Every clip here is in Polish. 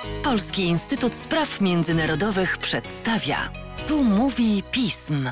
Polski Instytut Spraw Międzynarodowych przedstawia. Tu mówi pism.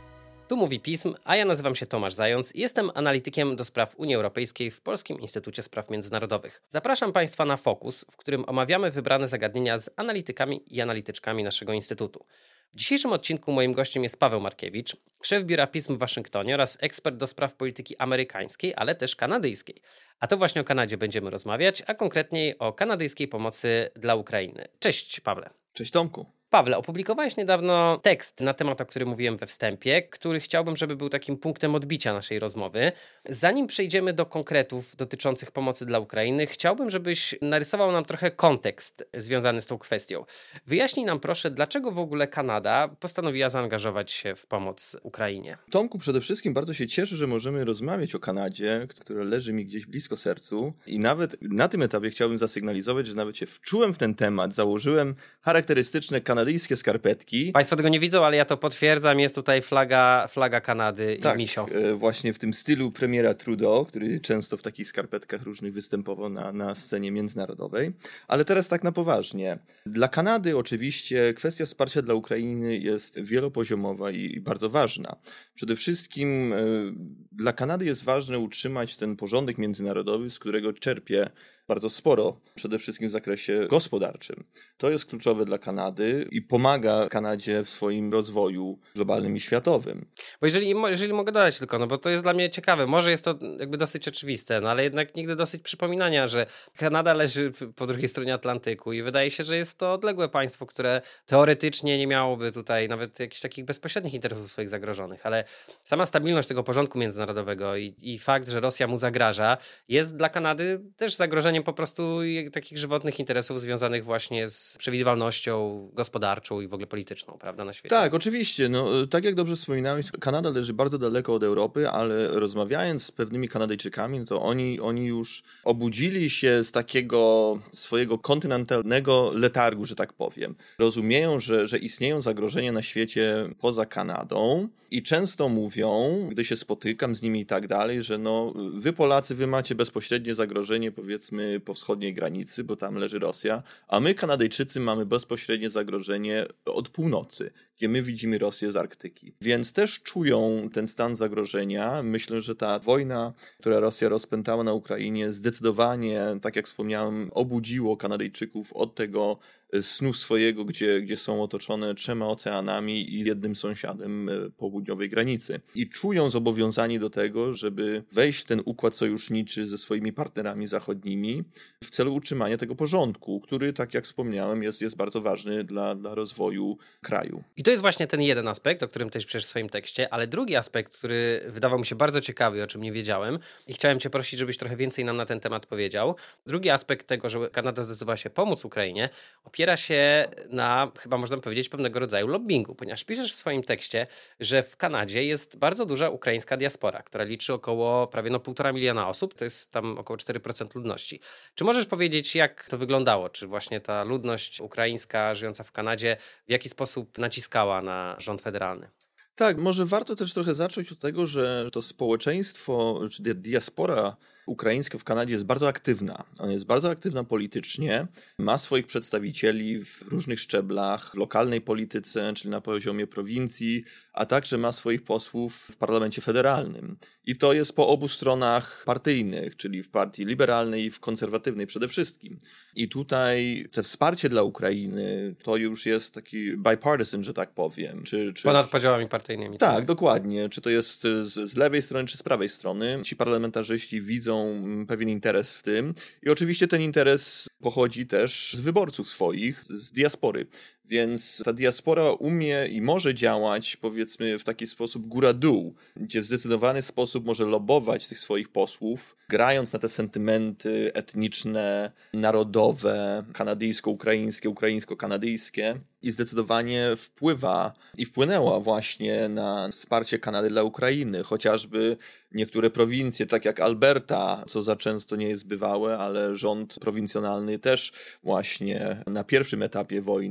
Tu mówi pism, a ja nazywam się Tomasz Zając i jestem analitykiem do spraw Unii Europejskiej w Polskim Instytucie Spraw Międzynarodowych. Zapraszam Państwa na Fokus, w którym omawiamy wybrane zagadnienia z analitykami i analityczkami naszego Instytutu. W dzisiejszym odcinku moim gościem jest Paweł Markiewicz, szef Biura Pism w Waszyngtonie oraz ekspert do spraw polityki amerykańskiej, ale też kanadyjskiej. A to właśnie o Kanadzie będziemy rozmawiać, a konkretniej o kanadyjskiej pomocy dla Ukrainy. Cześć Pawle. Cześć Tomku. Pawle, opublikowałeś niedawno tekst na temat, o którym mówiłem we wstępie, który chciałbym, żeby był takim punktem odbicia naszej rozmowy. Zanim przejdziemy do konkretów dotyczących pomocy dla Ukrainy, chciałbym, żebyś narysował nam trochę kontekst związany z tą kwestią. Wyjaśnij nam proszę, dlaczego w ogóle Kanada postanowiła zaangażować się w pomoc Ukrainie. Tomku, przede wszystkim bardzo się cieszę, że możemy rozmawiać o Kanadzie, która leży mi gdzieś blisko sercu i nawet na tym etapie chciałbym zasygnalizować, że nawet się wczułem w ten temat, założyłem charakterystyczne kanadyjskie skarpetki. Państwo tego nie widzą, ale ja to potwierdzam. Jest tutaj flaga Kanady i misio. Właśnie w tym stylu premiera Trudeau, który często w takich skarpetkach różnych występował na scenie międzynarodowej. Ale teraz tak na poważnie. Dla Kanady oczywiście kwestia wsparcia dla Ukrainy jest wielopoziomowa i bardzo ważna. Przede wszystkim dla Kanady jest ważne utrzymać ten porządek międzynarodowy, z którego czerpie bardzo sporo, przede wszystkim w zakresie gospodarczym. To jest kluczowe dla Kanady i pomaga Kanadzie w swoim rozwoju globalnym i światowym. Bo jeżeli mogę dodać tylko, bo to jest dla mnie ciekawe, może jest to jakby dosyć oczywiste, ale jednak nigdy dosyć przypominania, że Kanada leży po drugiej stronie Atlantyku i wydaje się, że jest to odległe państwo, które teoretycznie nie miałoby tutaj nawet jakichś takich bezpośrednich interesów swoich zagrożonych, ale sama stabilność tego porządku międzynarodowego i fakt, że Rosja mu zagraża, jest dla Kanady też zagrożeniem po prostu takich żywotnych interesów związanych właśnie z przewidywalnością gospodarczą i w ogóle polityczną, prawda, na świecie. Tak, oczywiście. Tak jak dobrze wspominałeś, Kanada leży bardzo daleko od Europy, ale rozmawiając z pewnymi Kanadyjczykami, to oni już obudzili się z takiego swojego kontynentalnego letargu, że tak powiem. Rozumieją, że istnieją zagrożenia na świecie poza Kanadą i często mówią, gdy się spotykam z nimi i tak dalej, że wy Polacy, wy macie bezpośrednie zagrożenie, powiedzmy, po wschodniej granicy, bo tam leży Rosja, a my Kanadyjczycy mamy bezpośrednie zagrożenie od północy, gdzie my widzimy Rosję z Arktyki. Więc też czują ten stan zagrożenia. Myślę, że ta wojna, która Rosja rozpętała na Ukrainie, zdecydowanie, tak jak wspomniałem, obudziło Kanadyjczyków od tego snu swojego, gdzie są otoczone 3 oceanami i jednym sąsiadem południowej granicy. I czują zobowiązani do tego, żeby wejść w ten układ sojuszniczy ze swoimi partnerami zachodnimi w celu utrzymania tego porządku, który, tak jak wspomniałem, jest bardzo ważny dla rozwoju kraju. I to jest właśnie ten jeden aspekt, o którym też piszesz w swoim tekście, ale drugi aspekt, który wydawał mi się bardzo ciekawy, o czym nie wiedziałem i chciałem cię prosić, żebyś trochę więcej nam na ten temat powiedział. Drugi aspekt tego, że Kanada zdecydowała się pomóc Ukrainie, opiera się na, chyba można powiedzieć, pewnego rodzaju lobbingu, ponieważ piszesz w swoim tekście, że w Kanadzie jest bardzo duża ukraińska diaspora, która liczy około prawie 1,5 miliona osób, to jest tam około 4% ludności. Czy możesz powiedzieć, jak to wyglądało? Czy właśnie ta ludność ukraińska żyjąca w Kanadzie w jaki sposób naciskała na rząd federalny? Tak, może warto też trochę zacząć od tego, że to społeczeństwo, czy diaspora ukraińska w Kanadzie jest bardzo aktywna. Ona jest bardzo aktywna politycznie, ma swoich przedstawicieli w różnych szczeblach, w lokalnej polityce, czyli na poziomie prowincji, a także ma swoich posłów w parlamencie federalnym. I to jest po obu stronach partyjnych, czyli w partii liberalnej i w konserwatywnej przede wszystkim. I tutaj te wsparcie dla Ukrainy to już jest taki bipartisan, że tak powiem. Ponad podziałami partyjnymi. Tak, dokładnie. Czy to jest z lewej strony, czy z prawej strony. Ci parlamentarzyści widzą pewien interes w tym. I oczywiście ten interes pochodzi też z wyborców swoich, z diaspory. Więc ta diaspora umie i może działać, powiedzmy, w taki sposób góra-dół, gdzie w zdecydowany sposób może lobbować tych swoich posłów, grając na te sentymenty etniczne, narodowe, kanadyjsko-ukraińskie, ukraińsko-kanadyjskie i zdecydowanie wpływa i wpłynęła właśnie na wsparcie Kanady dla Ukrainy. Chociażby niektóre prowincje, tak jak Alberta, co za często nie jest bywałe, ale rząd prowincjonalny też właśnie na pierwszym etapie wojny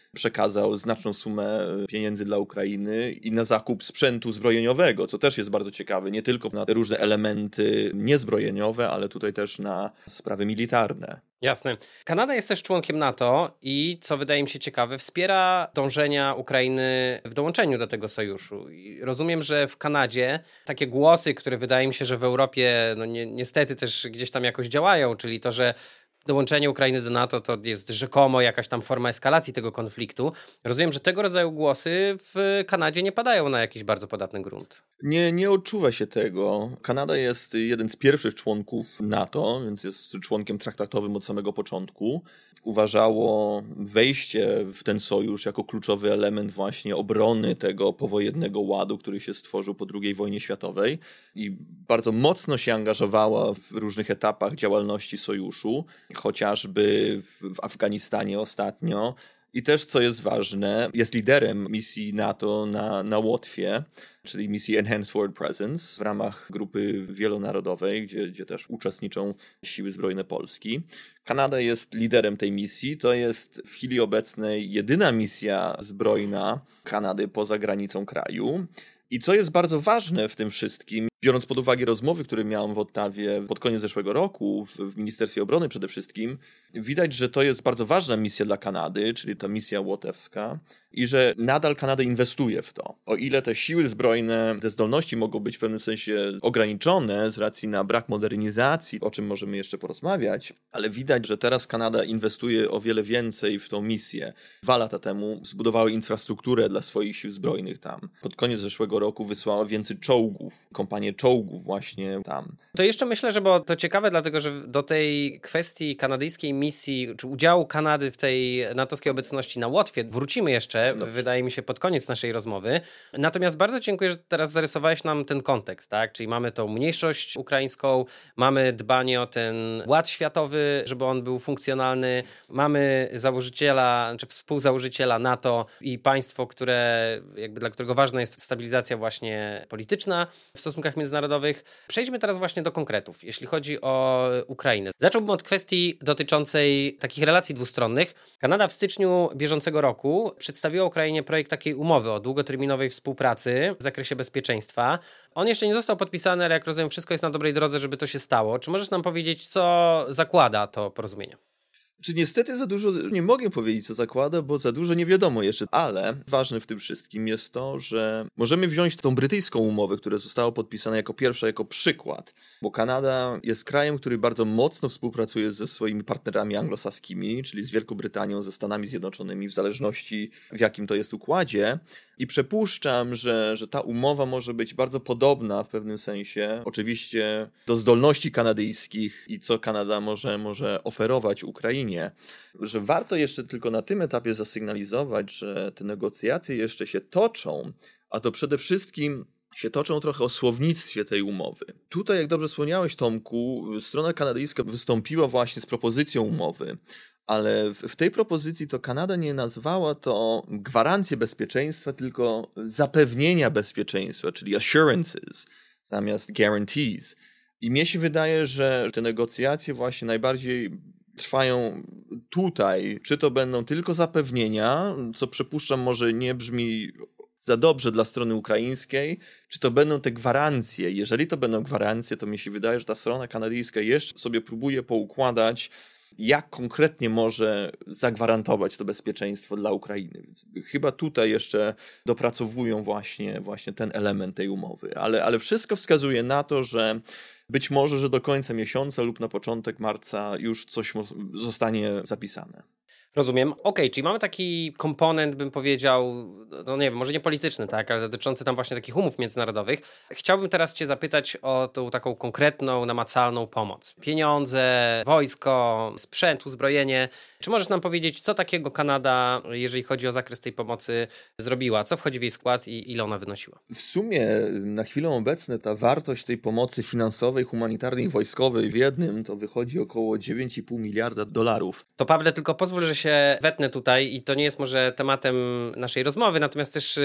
przekazał znaczną sumę pieniędzy dla Ukrainy i na zakup sprzętu zbrojeniowego, co też jest bardzo ciekawe, nie tylko na te różne elementy niezbrojeniowe, ale tutaj też na sprawy militarne. Jasne. Kanada jest też członkiem NATO i, co wydaje mi się ciekawe, wspiera dążenia Ukrainy w dołączeniu do tego sojuszu. I rozumiem, że w Kanadzie takie głosy, które wydaje mi się, że w Europie niestety też gdzieś tam jakoś działają, czyli to, że dołączenie Ukrainy do NATO to jest rzekomo jakaś tam forma eskalacji tego konfliktu. Rozumiem, że tego rodzaju głosy w Kanadzie nie padają na jakiś bardzo podatny grunt. Nie odczuwa się tego. Kanada jest jeden z pierwszych członków NATO, więc jest członkiem traktatowym od samego początku. Uważało wejście w ten sojusz jako kluczowy element właśnie obrony tego powojennego ładu, który się stworzył po II wojnie światowej i bardzo mocno się angażowała w różnych etapach działalności sojuszu, chociażby w Afganistanie ostatnio. I też, co jest ważne, jest liderem misji NATO na Łotwie, czyli misji Enhanced Forward Presence w ramach grupy wielonarodowej, gdzie też uczestniczą siły zbrojne Polski. Kanada jest liderem tej misji. To jest w chwili obecnej jedyna misja zbrojna Kanady poza granicą kraju. I co jest bardzo ważne w tym wszystkim, biorąc pod uwagę rozmowy, które miałem w Ottawie pod koniec zeszłego roku, w Ministerstwie Obrony przede wszystkim, widać, że to jest bardzo ważna misja dla Kanady, czyli ta misja łotewska, i że nadal Kanada inwestuje w to. O ile te siły zbrojne, te zdolności mogą być w pewnym sensie ograniczone z racji na brak modernizacji, o czym możemy jeszcze porozmawiać, ale widać, że teraz Kanada inwestuje o wiele więcej w tą misję. 2 lata temu zbudowała infrastrukturę dla swoich sił zbrojnych tam. Pod koniec zeszłego roku wysłała więcej czołgów, kompanię czołgów właśnie tam. To jeszcze myślę, że było to ciekawe, dlatego że do tej kwestii kanadyjskiej misji, czy udziału Kanady w tej natowskiej obecności na Łotwie wrócimy jeszcze, wydaje mi się, pod koniec naszej rozmowy. Natomiast bardzo dziękuję, że teraz zarysowałeś nam ten kontekst, tak? Czyli mamy tą mniejszość ukraińską, mamy dbanie o ten ład światowy, żeby on był funkcjonalny, mamy założyciela, czy współzałożyciela NATO i państwo, dla którego ważna jest stabilizacja właśnie polityczna w stosunkach międzynarodowych. Przejdźmy teraz właśnie do konkretów, jeśli chodzi o Ukrainę. Zacząłbym od kwestii dotyczącej takich relacji dwustronnych. Kanada w styczniu bieżącego roku przedstawiła Ukrainie projekt takiej umowy o długoterminowej współpracy w zakresie bezpieczeństwa. On jeszcze nie został podpisany, ale jak rozumiem, wszystko jest na dobrej drodze, żeby to się stało. Czy możesz nam powiedzieć, co zakłada to porozumienie? Czy niestety za dużo nie mogę powiedzieć, co zakłada, bo za dużo nie wiadomo jeszcze, ale ważne w tym wszystkim jest to, że możemy wziąć tą brytyjską umowę, która została podpisana jako pierwsza, jako przykład, bo Kanada jest krajem, który bardzo mocno współpracuje ze swoimi partnerami anglosaskimi, czyli z Wielką Brytanią, ze Stanami Zjednoczonymi, w zależności w jakim to jest układzie. I przypuszczam, że ta umowa może być bardzo podobna w pewnym sensie, oczywiście do zdolności kanadyjskich i co Kanada może oferować Ukrainie. Że warto jeszcze tylko na tym etapie zasygnalizować, że te negocjacje jeszcze się toczą, a to przede wszystkim się toczą trochę o słownictwie tej umowy. Tutaj, jak dobrze wspomniałeś, Tomku, strona kanadyjska wystąpiła właśnie z propozycją umowy. Ale w tej propozycji to Kanada nie nazwała to gwarancje bezpieczeństwa, tylko zapewnienia bezpieczeństwa, czyli assurances zamiast guarantees. I mnie się wydaje, że te negocjacje właśnie najbardziej trwają tutaj. Czy to będą tylko zapewnienia, co przypuszczam może nie brzmi za dobrze dla strony ukraińskiej, czy to będą te gwarancje. Jeżeli to będą gwarancje, to mi się wydaje, że ta strona kanadyjska jeszcze sobie próbuje poukładać, jak konkretnie może zagwarantować to bezpieczeństwo dla Ukrainy. Więc chyba tutaj jeszcze dopracowują właśnie ten element tej umowy. Ale wszystko wskazuje na to, że być może, że do końca miesiąca lub na początek marca już coś zostanie zapisane. Rozumiem. Okej, czyli mamy taki komponent, bym powiedział, no nie wiem, może nie polityczny, tak, ale dotyczący tam właśnie takich umów międzynarodowych. Chciałbym teraz cię zapytać o tą taką konkretną, namacalną pomoc. Pieniądze, wojsko, sprzęt, uzbrojenie. Czy możesz nam powiedzieć, co takiego Kanada, jeżeli chodzi o zakres tej pomocy, zrobiła? Co wchodzi w jej skład i ile ona wynosiła? W sumie na chwilę obecną ta wartość tej pomocy finansowej, humanitarnej i wojskowej w jednym to wychodzi około $9,5 miliarda. To Pawle, tylko pozwól, że się wetnę tutaj i to nie jest może tematem naszej rozmowy, natomiast też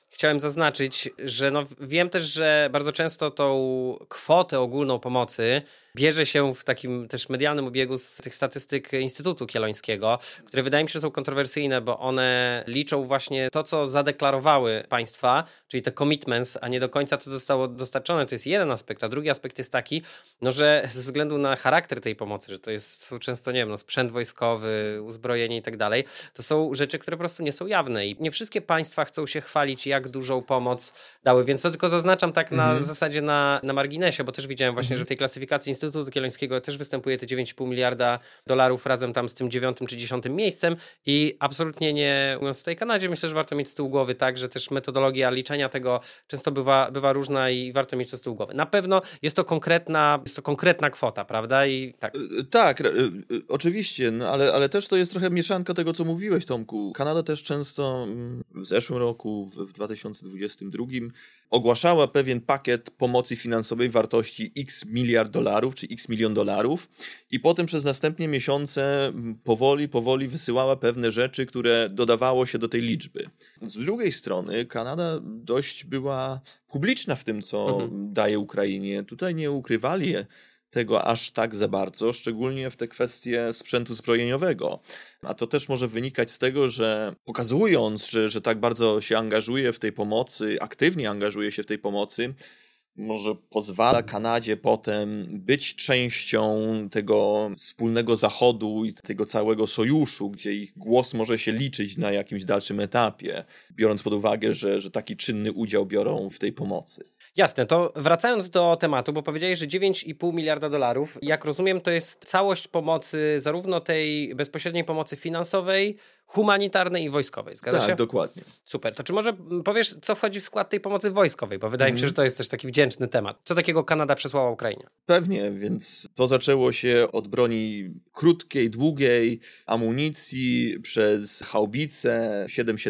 chciałem zaznaczyć, że wiem też, że bardzo często tą kwotę ogólną pomocy bierze się w takim też medialnym obiegu z tych statystyk Instytutu Kielońskiego, które wydaje mi się, że są kontrowersyjne, bo one liczą właśnie to, co zadeklarowały państwa, czyli te commitments, a nie do końca to zostało dostarczone. To jest jeden aspekt, a drugi aspekt jest taki, że ze względu na charakter tej pomocy, że to jest często, nie wiem, sprzęt wojskowy, uzbrojenie i tak dalej, to są rzeczy, które po prostu nie są jawne i nie wszystkie państwa chcą się chwalić, jak dużą pomoc dały, więc to tylko zaznaczam tak na zasadzie na marginesie, bo też widziałem właśnie, że w tej klasyfikacji Instytutu Kielońskiego też występuje te 9,5 miliarda dolarów razem tam z tym 9. czy 10. miejscem i absolutnie nie mówiąc o tej Kanadzie, myślę, że warto mieć z tyłu głowy tak, że też metodologia liczenia tego często bywa różna i warto mieć to z tyłu głowy. Na pewno jest to konkretna kwota, prawda? I tak. Tak, oczywiście, no ale też to jest trochę mieszanka tego, co mówiłeś, Tomku. Kanada też często w zeszłym roku, w 2022 ogłaszała pewien pakiet pomocy finansowej wartości x miliard dolarów, czy x milion dolarów i potem przez następne miesiące powoli wysyłała pewne rzeczy, które dodawało się do tej liczby. Z drugiej strony Kanada dość była publiczna w tym, co daje Ukrainie. Tutaj nie ukrywali tego aż tak za bardzo, szczególnie w te kwestie sprzętu zbrojeniowego. A to też może wynikać z tego, że pokazując, że tak bardzo się angażuje w tej pomocy, aktywnie angażuje się w tej pomocy, może pozwala Kanadzie potem być częścią tego wspólnego Zachodu i tego całego sojuszu, gdzie ich głos może się liczyć na jakimś dalszym etapie, biorąc pod uwagę, że taki czynny udział biorą w tej pomocy. Jasne, to wracając do tematu, bo powiedziałeś, że 9,5 miliarda dolarów, jak rozumiem, to jest całość pomocy, zarówno tej bezpośredniej pomocy finansowej, humanitarnej i wojskowej, zgadza się? Tak, dokładnie. Super, to czy może powiesz, co wchodzi w skład tej pomocy wojskowej, bo wydaje mi się, że to jest też taki wdzięczny temat. Co takiego Kanada przesłała Ukrainie? Pewnie, więc to zaczęło się od broni krótkiej, długiej, amunicji przez haubice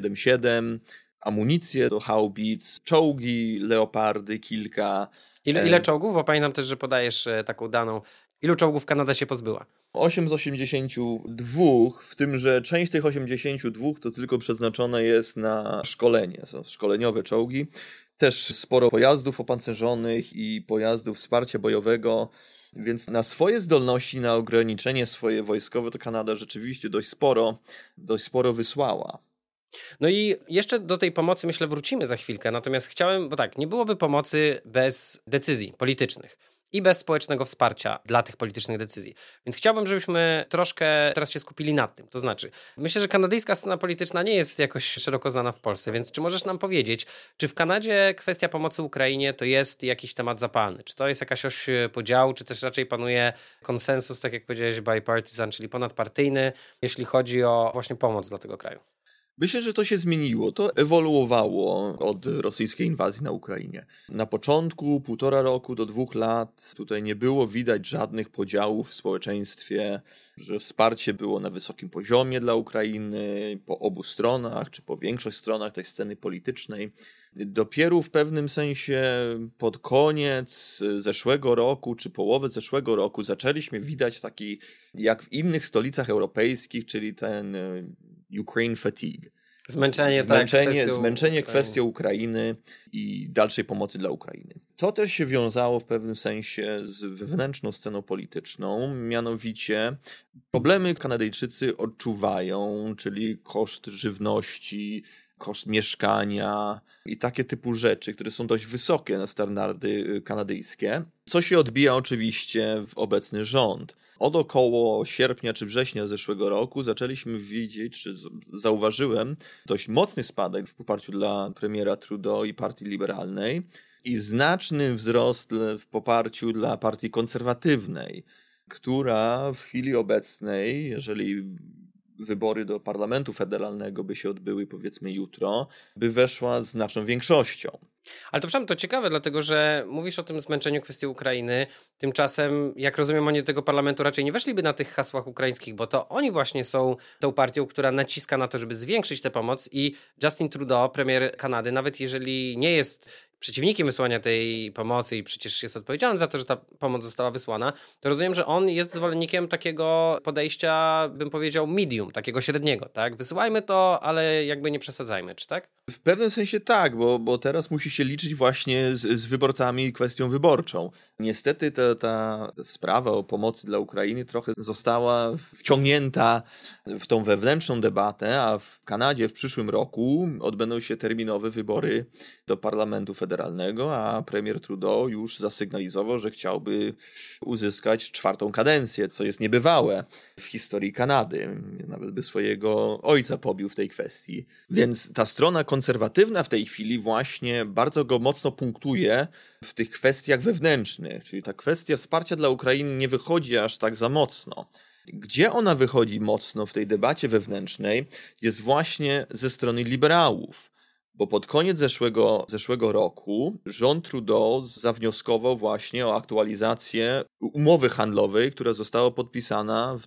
777, amunicję do haubic, czołgi, leopardy, kilka. Ile czołgów? Bo pamiętam też, że podajesz taką daną. Ilu czołgów Kanada się pozbyła? 8 z 82, w tym, że część tych 82 to tylko przeznaczone jest na szkolenie. Są szkoleniowe czołgi. Też sporo pojazdów opancerzonych i pojazdów wsparcia bojowego. Więc na swoje zdolności, na ograniczenie swoje wojskowe to Kanada rzeczywiście dość sporo wysłała. No i jeszcze do tej pomocy myślę wrócimy za chwilkę, natomiast chciałem, bo tak, nie byłoby pomocy bez decyzji politycznych i bez społecznego wsparcia dla tych politycznych decyzji. Więc chciałbym, żebyśmy troszkę teraz się skupili nad tym. To znaczy, myślę, że kanadyjska scena polityczna nie jest jakoś szeroko znana w Polsce, więc czy możesz nam powiedzieć, czy w Kanadzie kwestia pomocy Ukrainie to jest jakiś temat zapalny? Czy to jest jakaś oś podziału, czy też raczej panuje konsensus, tak jak powiedziałeś, bipartisan, czyli ponadpartyjny, jeśli chodzi o właśnie pomoc dla tego kraju? Myślę, że to się zmieniło. To ewoluowało od rosyjskiej inwazji na Ukrainie. Na początku 1,5 roku do 2 lat tutaj nie było widać żadnych podziałów w społeczeństwie, że wsparcie było na wysokim poziomie dla Ukrainy po obu stronach, czy po większość stronach tej sceny politycznej. Dopiero w pewnym sensie pod koniec zeszłego roku, czy połowę zeszłego roku zaczęliśmy widać taki, jak w innych stolicach europejskich, czyli ten Ukraine fatigue. Zmęczenie kwestią Ukrainy i dalszej pomocy dla Ukrainy. To też się wiązało w pewnym sensie z wewnętrzną sceną polityczną, mianowicie problemy Kanadyjczycy odczuwają, czyli koszt żywności, koszt mieszkania i takie typu rzeczy, które są dość wysokie na standardy kanadyjskie, co się odbija oczywiście w obecny rząd. Od około sierpnia czy września zeszłego roku zaczęliśmy widzieć, czy zauważyłem, dość mocny spadek w poparciu dla premiera Trudeau i Partii Liberalnej i znaczny wzrost w poparciu dla Partii Konserwatywnej, która w chwili obecnej, jeżeli wybory do Parlamentu Federalnego by się odbyły powiedzmy jutro, by weszła z znaczną większością. Ale to to ciekawe, dlatego że mówisz o tym zmęczeniu kwestii Ukrainy, tymczasem, jak rozumiem, oni do tego parlamentu raczej nie weszliby na tych hasłach ukraińskich, bo to oni właśnie są tą partią, która naciska na to, żeby zwiększyć tę pomoc i Justin Trudeau, premier Kanady, nawet jeżeli nie jest przeciwnikiem wysłania tej pomocy i przecież jest odpowiedzialny za to, że ta pomoc została wysłana, to rozumiem, że on jest zwolennikiem takiego podejścia, bym powiedział, medium, takiego średniego, tak? Wysyłajmy to, ale jakby nie przesadzajmy, czy tak? W pewnym sensie tak, bo teraz musi się liczyć właśnie z wyborcami i kwestią wyborczą. Niestety ta sprawa o pomocy dla Ukrainy trochę została wciągnięta w tą wewnętrzną debatę, a w Kanadzie w przyszłym roku odbędą się terminowe wybory do Parlamentu Federalnego, a premier Trudeau już zasygnalizował, że chciałby uzyskać 4. kadencję, co jest niebywałe w historii Kanady. Nawet by swojego ojca pobił w tej kwestii. Więc ta strona konserwatywna w tej chwili właśnie bardzo go mocno punktuje w tych kwestiach wewnętrznych, czyli ta kwestia wsparcia dla Ukrainy nie wychodzi aż tak za mocno. Gdzie ona wychodzi mocno w tej debacie wewnętrznej jest właśnie ze strony liberałów. Bo pod koniec zeszłego roku rząd Trudeau zawnioskował właśnie o aktualizację umowy handlowej, która została podpisana w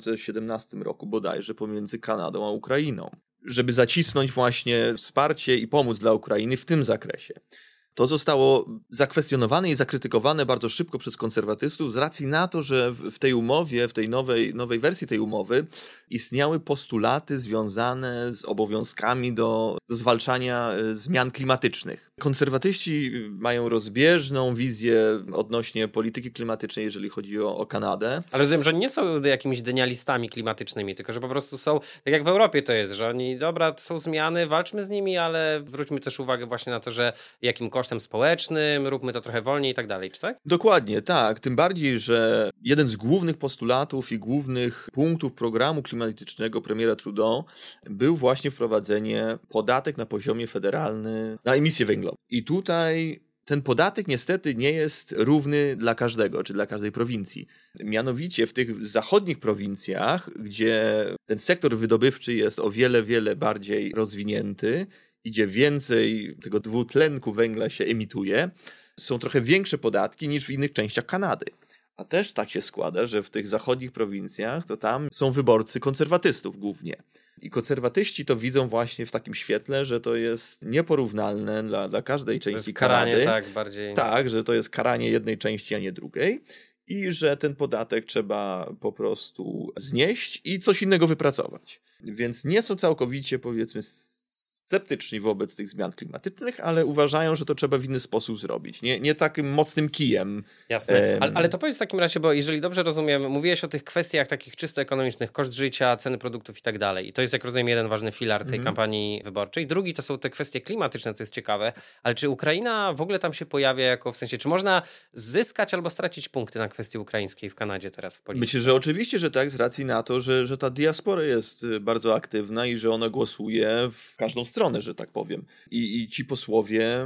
2017 roku bodajże pomiędzy Kanadą a Ukrainą, żeby zacisnąć właśnie wsparcie i pomóc dla Ukrainy w tym zakresie. To zostało zakwestionowane i zakrytykowane bardzo szybko przez konserwatystów z racji na to, że w tej umowie, w tej nowej wersji tej umowy istniały postulaty związane z obowiązkami do zwalczania zmian klimatycznych. Konserwatyści mają rozbieżną wizję odnośnie polityki klimatycznej, jeżeli chodzi o Kanadę. Ale rozumiem, że nie są jakimiś denialistami klimatycznymi, tylko że po prostu są, tak jak w Europie to jest, że oni, dobra, to są zmiany, walczmy z nimi, ale zwróćmy też uwagę właśnie na to, że jakim kosztem społecznym, róbmy to trochę wolniej i tak dalej, czy tak? Dokładnie, tak. Tym bardziej, że jeden z głównych postulatów i głównych punktów programu klimatycznego premiera Trudeau był właśnie wprowadzenie podatek na poziomie federalnym na emisję węglową. I tutaj ten podatek niestety nie jest równy dla każdego, czy dla każdej prowincji. Mianowicie w tych zachodnich prowincjach, gdzie ten sektor wydobywczy jest o wiele bardziej rozwinięty, gdzie więcej tego dwutlenku węgla się emituje, są trochę większe podatki niż w innych częściach Kanady. A też tak się składa, że w tych zachodnich prowincjach to tam są wyborcy konserwatystów głównie. I konserwatyści to widzą właśnie w takim świetle, że to jest nieporównalne dla każdej części Kanady. Karanie, tak, bardziej. Tak, że to jest karanie jednej części, a nie drugiej. I że ten podatek trzeba po prostu znieść i coś innego wypracować. Więc nie są całkowicie, powiedzmy, sceptyczni wobec tych zmian klimatycznych, ale uważają, że to trzeba w inny sposób zrobić. Nie takim mocnym kijem. Jasne. Ale to powiedz w takim razie, bo jeżeli dobrze rozumiem, mówiłeś o tych kwestiach takich czysto ekonomicznych, koszt życia, ceny produktów i tak dalej. I to jest, jak rozumiem, jeden ważny filar tej kampanii wyborczej. Drugi to są te kwestie klimatyczne, co jest ciekawe. Ale czy Ukraina w ogóle tam się pojawia jako, w sensie, czy można zyskać albo stracić punkty na kwestii ukraińskiej w Kanadzie teraz w polityce? Myślę, że oczywiście, że tak, z racji na to, że ta diaspora jest bardzo aktywna i że ona głosuje w każdą stronę, że tak powiem. I ci posłowie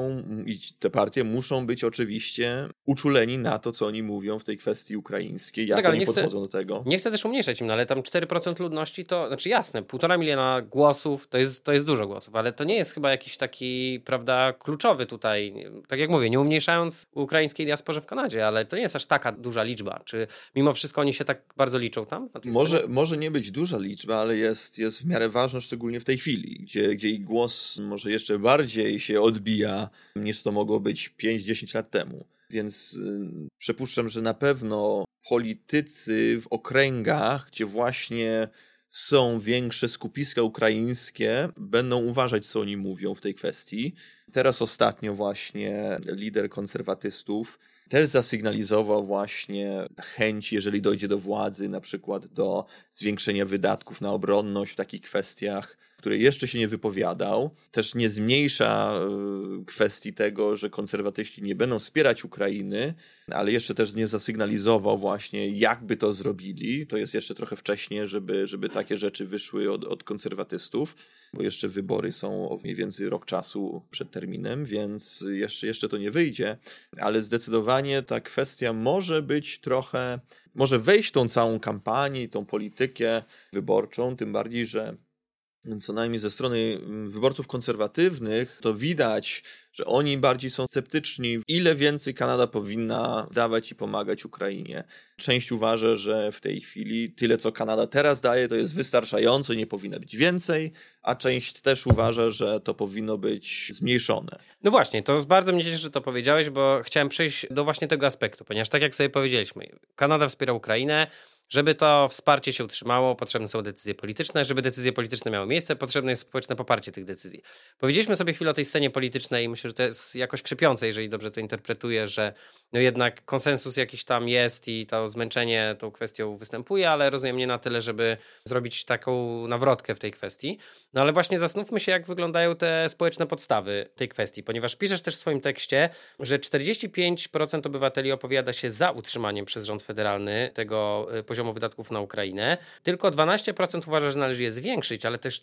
i te partie muszą być oczywiście uczuleni na to, co oni mówią w tej kwestii ukraińskiej, jak oni podchodzą do tego. Nie chcę też umniejszać im, no ale tam 4% ludności to, znaczy jasne, 1,5 miliona głosów, to jest dużo głosów, ale to nie jest chyba jakiś taki, prawda, kluczowy tutaj, tak jak mówię, nie umniejszając ukraińskiej diasporze w Kanadzie, ale to nie jest aż taka duża liczba. Czy mimo wszystko oni się tak bardzo liczą tam? Może nie być duża liczba, ale jest w miarę ważna, szczególnie w tej chwili, gdzie ich głos może jeszcze bardziej się odbija, niż to mogło być 5-10 lat temu. Więc przypuszczam, że na pewno politycy w okręgach, gdzie właśnie są większe skupiska ukraińskie, będą uważać, co oni mówią w tej kwestii. Teraz ostatnio właśnie lider konserwatystów też zasygnalizował właśnie chęć, jeżeli dojdzie do władzy, na przykład do zwiększenia wydatków na obronność w takich kwestiach, które jeszcze się nie wypowiadał. Też nie zmniejsza kwestii tego, że konserwatyści nie będą wspierać Ukrainy, ale jeszcze też nie zasygnalizował właśnie, jakby to zrobili. To jest jeszcze trochę wcześnie, żeby takie rzeczy wyszły od konserwatystów, bo jeszcze wybory są o mniej więcej rok czasu przed terminem, więc jeszcze to nie wyjdzie, ale zdecydowanie ta kwestia może wejść w tą całą kampanię, tą politykę wyborczą, tym bardziej, że co najmniej ze strony wyborców konserwatywnych, to widać, że oni bardziej są sceptyczni, ile więcej Kanada powinna dawać i pomagać Ukrainie. Część uważa, że w tej chwili tyle, co Kanada teraz daje, to jest wystarczająco, nie powinno być więcej, a część też uważa, że to powinno być zmniejszone. No właśnie, to bardzo mnie cieszy, że to powiedziałeś, bo chciałem przejść do właśnie tego aspektu, ponieważ tak jak sobie powiedzieliśmy, Kanada wspiera Ukrainę. Żeby to wsparcie się utrzymało, potrzebne są decyzje polityczne. Żeby decyzje polityczne miały miejsce, potrzebne jest społeczne poparcie tych decyzji. Powiedzieliśmy sobie chwilę o tej scenie politycznej i myślę, że to jest jakoś krzepiące, jeżeli dobrze to interpretuję, że no jednak konsensus jakiś tam jest i to zmęczenie tą kwestią występuje, ale rozumiem nie na tyle, żeby zrobić taką nawrotkę w tej kwestii. No ale właśnie zastanówmy się, jak wyglądają te społeczne podstawy tej kwestii, ponieważ piszesz też w swoim tekście, że 45% obywateli opowiada się za utrzymaniem przez rząd federalny tego poziomu wydatków na Ukrainę. Tylko 12% uważa, że należy je zwiększyć, ale też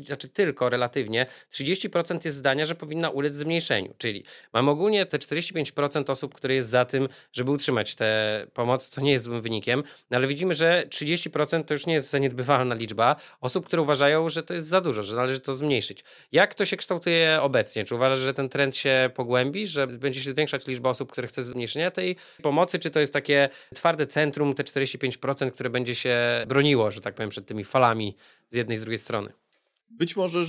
tylko relatywnie 30% jest zdania, że powinna ulec zmniejszeniu. Czyli mamy ogólnie te 45% osób, które jest za tym, żeby utrzymać tę pomoc, co nie jest złym wynikiem, no ale widzimy, że 30% to już nie jest zaniedbywalna liczba osób, które uważają, że to jest za dużo, że należy to zmniejszyć. Jak to się kształtuje obecnie? Czy uważasz, że ten trend się pogłębi, że będzie się zwiększać liczba osób, które chce zmniejszenia tej pomocy, czy to jest takie twarde centrum, te 45%, które będzie się broniło, że tak powiem, przed tymi falami z jednej i z drugiej strony? Być może,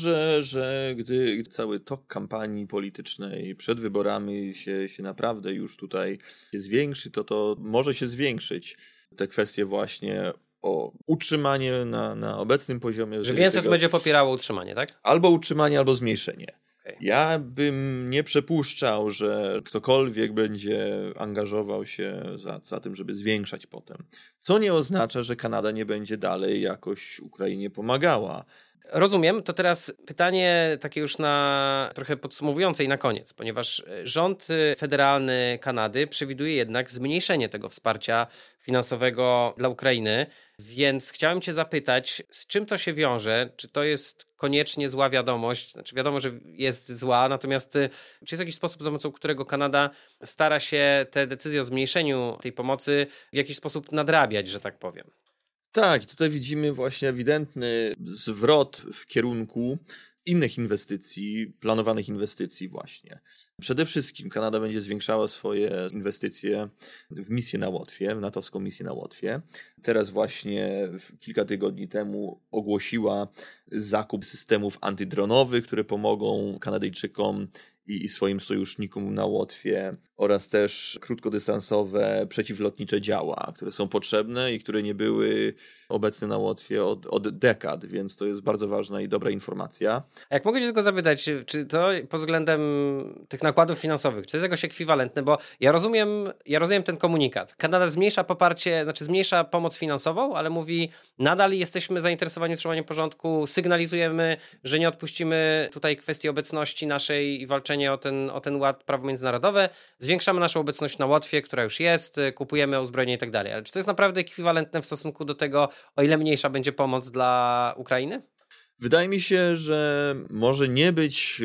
że gdy cały tok kampanii politycznej przed wyborami się naprawdę już tutaj się zwiększy, to może się zwiększyć te kwestie właśnie o utrzymanie na obecnym poziomie. Że więcej osób będzie popierało utrzymanie, tak? Albo utrzymanie, albo zmniejszenie. Okay. Ja bym nie przypuszczał, że ktokolwiek będzie angażował się za tym, żeby zwiększać potem. Co nie oznacza, że Kanada nie będzie dalej jakoś Ukrainie pomagała. Rozumiem, to teraz pytanie takie już na trochę podsumowujące i na koniec, ponieważ rząd federalny Kanady przewiduje jednak zmniejszenie tego wsparcia finansowego dla Ukrainy, więc chciałem cię zapytać, z czym to się wiąże? Czy to jest koniecznie zła wiadomość? Znaczy wiadomo, że jest zła, natomiast czy jest jakiś sposób, za pomocą którego Kanada stara się te decyzje o zmniejszeniu tej pomocy w jakiś sposób nadrabiać, że tak powiem? Tak, tutaj widzimy właśnie ewidentny zwrot w kierunku innych inwestycji, planowanych inwestycji właśnie. Przede wszystkim Kanada będzie zwiększała swoje inwestycje w misję na Łotwie, w natowską misję na Łotwie. Teraz właśnie kilka tygodni temu ogłosiła zakup systemów antydronowych, które pomogą Kanadyjczykom i swoim sojusznikom na Łotwie, oraz też krótkodystansowe przeciwlotnicze działa, które są potrzebne i które nie były obecne na Łotwie od dekad, więc to jest bardzo ważna i dobra informacja. A jak mogę cię tylko zapytać, czy to pod względem tych nakładów finansowych, czy jest jakoś ekwiwalentne, bo ja rozumiem ten komunikat. Kanada zmniejsza poparcie, znaczy zmniejsza pomoc finansową, ale mówi, nadal jesteśmy zainteresowani utrzymaniem porządku, sygnalizujemy, że nie odpuścimy tutaj kwestii obecności naszej i walczenia o ten ład, prawo międzynarodowe, zwiększamy naszą obecność na Łotwie, która już jest, kupujemy uzbrojenie i tak dalej. Ale czy to jest naprawdę ekwiwalentne w stosunku do tego, o ile mniejsza będzie pomoc dla Ukrainy? Wydaje mi się, że może nie być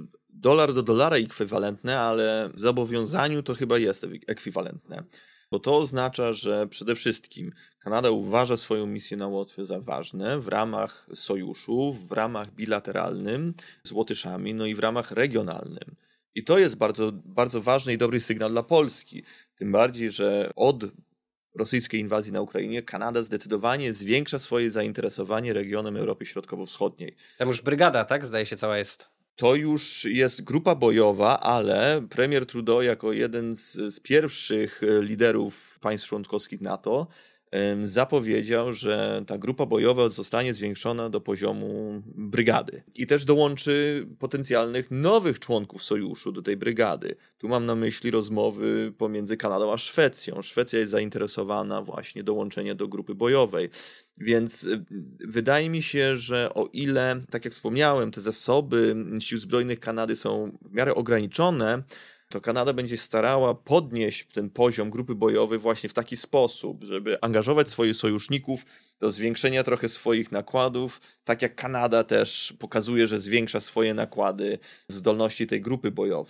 dolar do dolara ekwiwalentne, ale w zobowiązaniu to chyba jest ekwiwalentne. Bo to oznacza, że przede wszystkim Kanada uważa swoją misję na Łotwie za ważne w ramach sojuszu, w ramach bilateralnym z Łotyszami, no i w ramach regionalnym. I to jest bardzo, bardzo ważny i dobry sygnał dla Polski. Tym bardziej, że od rosyjskiej inwazji na Ukrainie Kanada zdecydowanie zwiększa swoje zainteresowanie regionem Europy Środkowo-Wschodniej. Tam już brygada, tak? Zdaje się, cała jest. To już jest grupa bojowa, ale premier Trudeau jako jeden z pierwszych liderów państw członkowskich NATO zapowiedział, że ta grupa bojowa zostanie zwiększona do poziomu brygady i też dołączy potencjalnych nowych członków sojuszu do tej brygady. Tu mam na myśli rozmowy pomiędzy Kanadą a Szwecją. Szwecja jest zainteresowana właśnie dołączeniem do grupy bojowej. Więc wydaje mi się, że o ile, tak jak wspomniałem, te zasoby sił zbrojnych Kanady są w miarę ograniczone, to Kanada będzie starała podnieść ten poziom grupy bojowej właśnie w taki sposób, żeby angażować swoich sojuszników do zwiększenia trochę swoich nakładów, tak jak Kanada też pokazuje, że zwiększa swoje nakłady w zdolności tej grupy bojowej.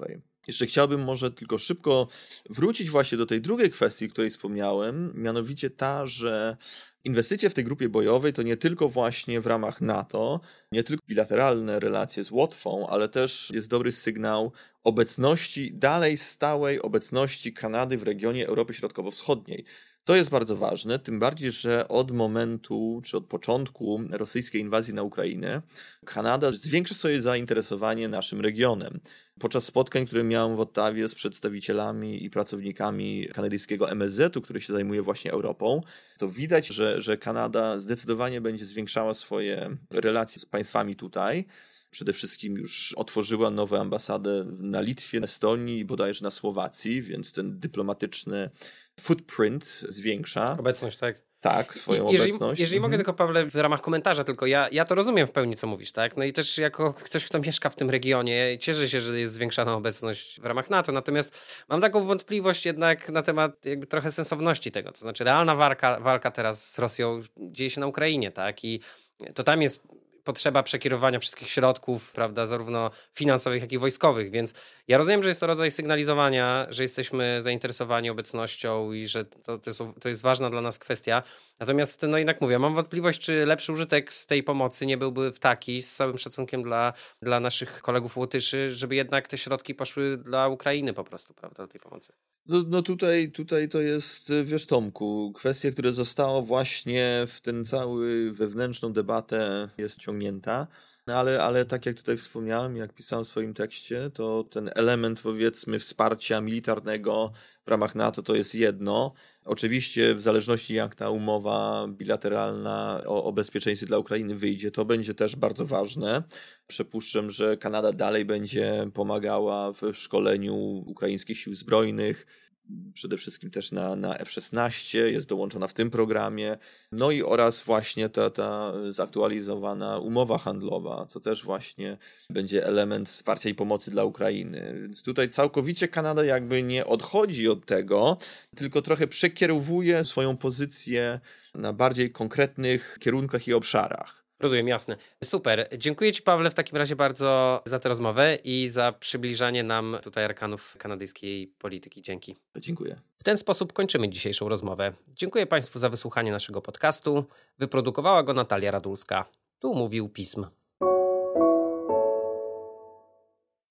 Jeszcze chciałbym może tylko szybko wrócić właśnie do tej drugiej kwestii, o której wspomniałem, mianowicie ta, że inwestycje w tej grupie bojowej to nie tylko właśnie w ramach NATO, nie tylko bilateralne relacje z Łotwą, ale też jest dobry sygnał obecności, dalej stałej obecności Kanady w regionie Europy Środkowo-Wschodniej. To jest bardzo ważne, tym bardziej, że od momentu, czy od początku rosyjskiej inwazji na Ukrainę, Kanada zwiększa swoje zainteresowanie naszym regionem. Podczas spotkań, które miałem w Ottawie z przedstawicielami i pracownikami kanadyjskiego MSZ-u, który się zajmuje właśnie Europą, to widać, że Kanada zdecydowanie będzie zwiększała swoje relacje z państwami tutaj. Przede wszystkim już otworzyła nową ambasadę na Litwie, na Estonii i bodajże na Słowacji, więc ten dyplomatyczny footprint zwiększa. Obecność, tak? Tak, swoją obecność. Jeżeli mogę tylko, Pawle, w ramach komentarza, tylko ja to rozumiem w pełni, co mówisz, tak? No i też jako ktoś, kto mieszka w tym regionie, cieszę się, że jest zwiększana obecność w ramach NATO, natomiast mam taką wątpliwość jednak na temat jakby trochę sensowności tego, to znaczy realna walka teraz z Rosją dzieje się na Ukrainie, tak? I to tam jest potrzeba przekierowania wszystkich środków, prawda, zarówno finansowych, jak i wojskowych, więc ja rozumiem, że jest to rodzaj sygnalizowania, że jesteśmy zainteresowani obecnością i że to jest ważna dla nas kwestia. Natomiast, no jednak mówię, mam wątpliwość, czy lepszy użytek z tej pomocy nie byłby taki, z całym szacunkiem dla naszych kolegów Łotyszy, żeby jednak te środki poszły dla Ukrainy po prostu, prawda, do tej pomocy. No tutaj to jest, wiesz Tomku, kwestia, która została właśnie w ten cały wewnętrzną debatę jest ciągnięta, ale tak jak tutaj wspomniałem, jak pisałem w swoim tekście, to ten element powiedzmy wsparcia militarnego w ramach NATO to jest jedno. Oczywiście w zależności jak ta umowa bilateralna o bezpieczeństwie dla Ukrainy wyjdzie, to będzie też bardzo ważne. Przypuszczam, że Kanada dalej będzie pomagała w szkoleniu ukraińskich sił zbrojnych, przede wszystkim też na F-16, jest dołączona w tym programie, no i oraz właśnie ta zaktualizowana umowa handlowa, co też właśnie będzie element wsparcia i pomocy dla Ukrainy. Więc tutaj całkowicie Kanada jakby nie odchodzi od tego, tylko trochę przekierowuje swoją pozycję na bardziej konkretnych kierunkach i obszarach. Rozumiem, jasne. Super. Dziękuję Ci, Pawle, w takim razie bardzo za tę rozmowę i za przybliżanie nam tutaj arkanów kanadyjskiej polityki. Dzięki. Dziękuję. W ten sposób kończymy dzisiejszą rozmowę. Dziękuję Państwu za wysłuchanie naszego podcastu. Wyprodukowała go Natalia Radulska. Tu mówił Pism.